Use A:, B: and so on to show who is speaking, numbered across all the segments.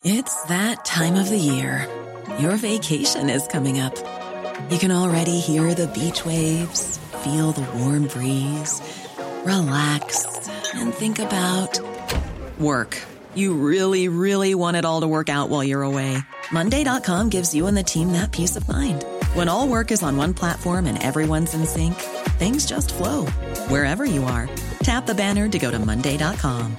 A: It's that time of the year. Your vacation is coming up. You can already hear the beach waves, feel the warm breeze, relax, and think about work. You really, really want it all to work out while you're away. Monday.com gives you and the team that peace of mind. When all work is on one platform and everyone's in sync, things just flow. Wherever you are, tap the banner to go to Monday.com.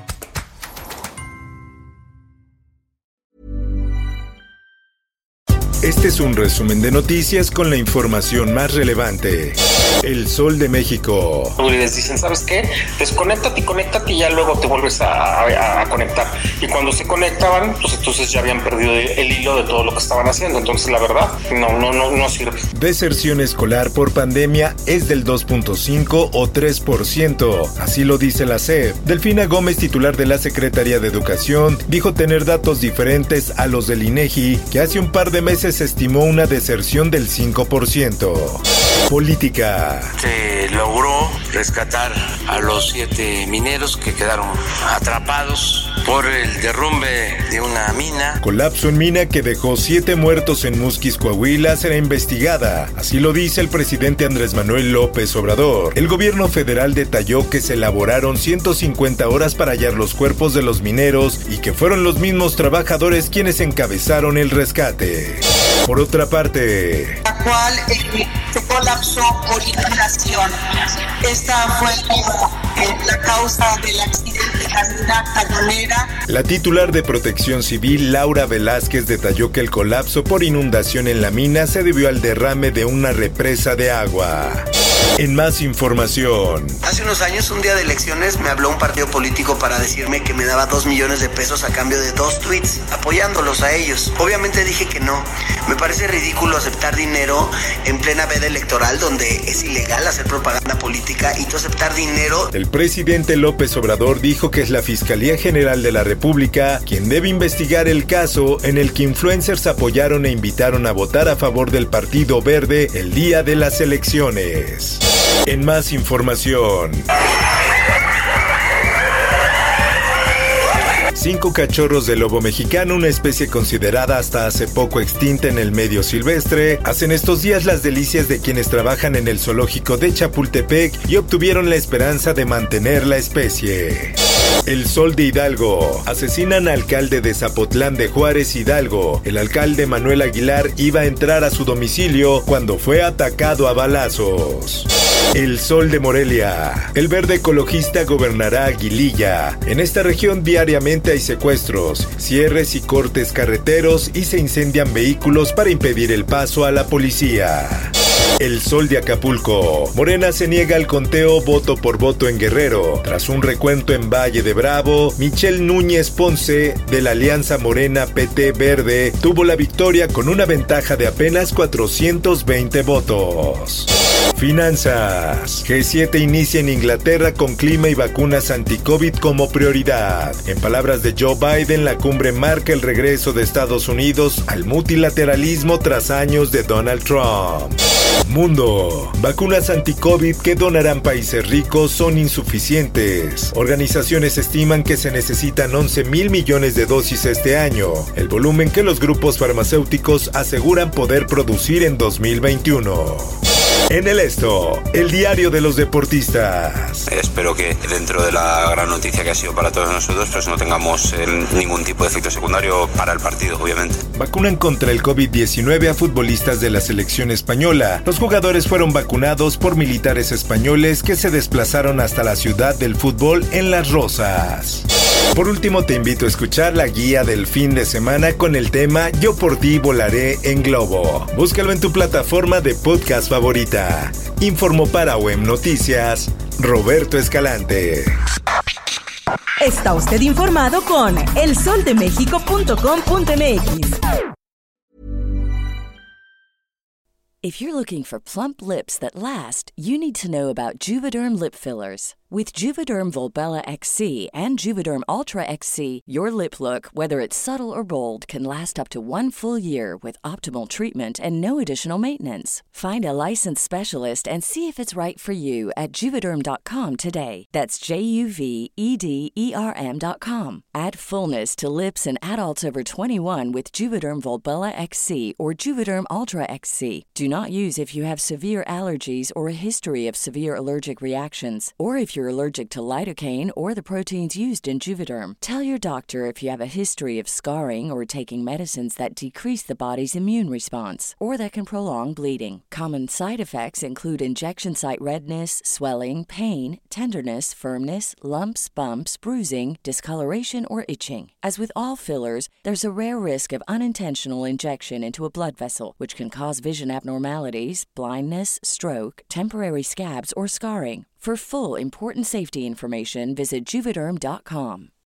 B: Este es un resumen de noticias con la información más relevante. El Sol de México.
C: Y les dicen, ¿sabes qué? Desconéctate y conéctate y ya luego te vuelves a conectar. Y cuando se conectaban, pues entonces ya habían perdido el hilo de todo lo que estaban haciendo. Entonces la verdad, no sirve.
B: Deserción escolar por pandemia es del 2.5 o 3%. Así lo dice la SEP. Delfina Gómez, titular de la Secretaría de Educación, dijo tener datos diferentes a los del INEGI, que hace un par de meses se estimó una deserción del 5%. Política.
D: Se logró rescatar a los 7 mineros que quedaron atrapados por el derrumbe de una mina.
B: Colapso en mina que dejó 7 muertos en Musquis, Coahuila, será investigada. Así lo dice el presidente Andrés Manuel López Obrador. El gobierno federal detalló que se elaboraron 150 horas para hallar los cuerpos de los mineros y que fueron los mismos trabajadores quienes encabezaron el rescate. Por otra parte,
E: la cual se colapsó por inundación. Esta fue la causa del accidente de la mina Tallonera.
B: La titular de Protección Civil, Laura Velázquez, detalló que el colapso por inundación en la mina se debió al derrame de una represa de agua. En más información.
F: Hace unos años, un día de elecciones, me habló un partido político para decirme que me daba 2 millones de pesos a cambio de 2 tweets, apoyándolos a ellos. Obviamente dije que no. Me parece ridículo aceptar dinero en plena veda electoral, donde es ilegal hacer propaganda política, y tú aceptar dinero.
B: El presidente López Obrador dijo que es la Fiscalía General de la República quien debe investigar el caso en el que influencers apoyaron e invitaron a votar a favor del Partido Verde el día de las elecciones. En más información. 5 cachorros de lobo mexicano, una especie considerada hasta hace poco extinta en el medio silvestre, hacen estos días las delicias de quienes trabajan en el zoológico de Chapultepec y obtuvieron la esperanza de mantener la especie. El Sol de Hidalgo. Asesinan al alcalde de Zapotlán de Juárez, Hidalgo. El alcalde Manuel Aguilar iba a entrar a su domicilio cuando fue atacado a balazos. El Sol de Morelia. El Verde ecologista gobernará Aguililla. En esta región diariamente hay secuestros, cierres y cortes carreteros y se incendian vehículos para impedir el paso a la policía. El Sol de Acapulco. Morena se niega al conteo voto por voto en Guerrero. Tras un recuento en Valle de Bravo, Michelle Núñez Ponce, de la Alianza Morena PT Verde, tuvo la victoria con una ventaja de apenas 420 votos. Finanzas. G7 inicia en Inglaterra con clima y vacunas anti-COVID como prioridad. En palabras de Joe Biden, la cumbre marca el regreso de Estados Unidos al multilateralismo tras años de Donald Trump. Mundo. Vacunas anti-COVID que donarán países ricos son insuficientes. Organizaciones estiman que se necesitan 11,000 millones de dosis este año, el volumen que los grupos farmacéuticos aseguran poder producir en 2021. En el Esto, el diario de los deportistas.
D: Espero que dentro de la gran noticia que ha sido para todos nosotros, pues no tengamos ningún tipo de efecto secundario para el partido, obviamente.
B: Vacunan contra el COVID-19 a futbolistas de la selección española. Los jugadores fueron vacunados por militares españoles que se desplazaron hasta la ciudad del fútbol en Las Rosas. Por último, te invito a escuchar la guía del fin de semana con el tema Yo por ti volaré en globo. Búscalo en tu plataforma de podcast favorita. Informó para WEM Noticias, Roberto Escalante.
G: Está usted informado con elsoldemexico.com.mx.
H: If you're looking for plump lips that last, you need to know about Juvederm lip fillers. With Juvederm Volbella XC and Juvederm Ultra XC, your lip look, whether it's subtle or bold, can last up to 1 full year with optimal treatment and no additional maintenance. Find a licensed specialist and see if it's right for you at Juvederm.com today. That's JUVEDERM.com. Add fullness to lips in adults over 21 with Juvederm Volbella XC or Juvederm Ultra XC. Do not use if you have severe allergies or a history of severe allergic reactions, or if you're allergic to lidocaine or the proteins used in Juvederm. Tell your doctor if you have a history of scarring or taking medicines that decrease the body's immune response or that can prolong bleeding. Common side effects include injection site redness, swelling, pain, tenderness, firmness, lumps, bumps, bruising, discoloration, or itching. As with all fillers, there's a rare risk of unintentional injection into a blood vessel, which can cause vision abnormalities, blindness, stroke, temporary scabs, or scarring. For full, important safety information, visit Juvederm.com.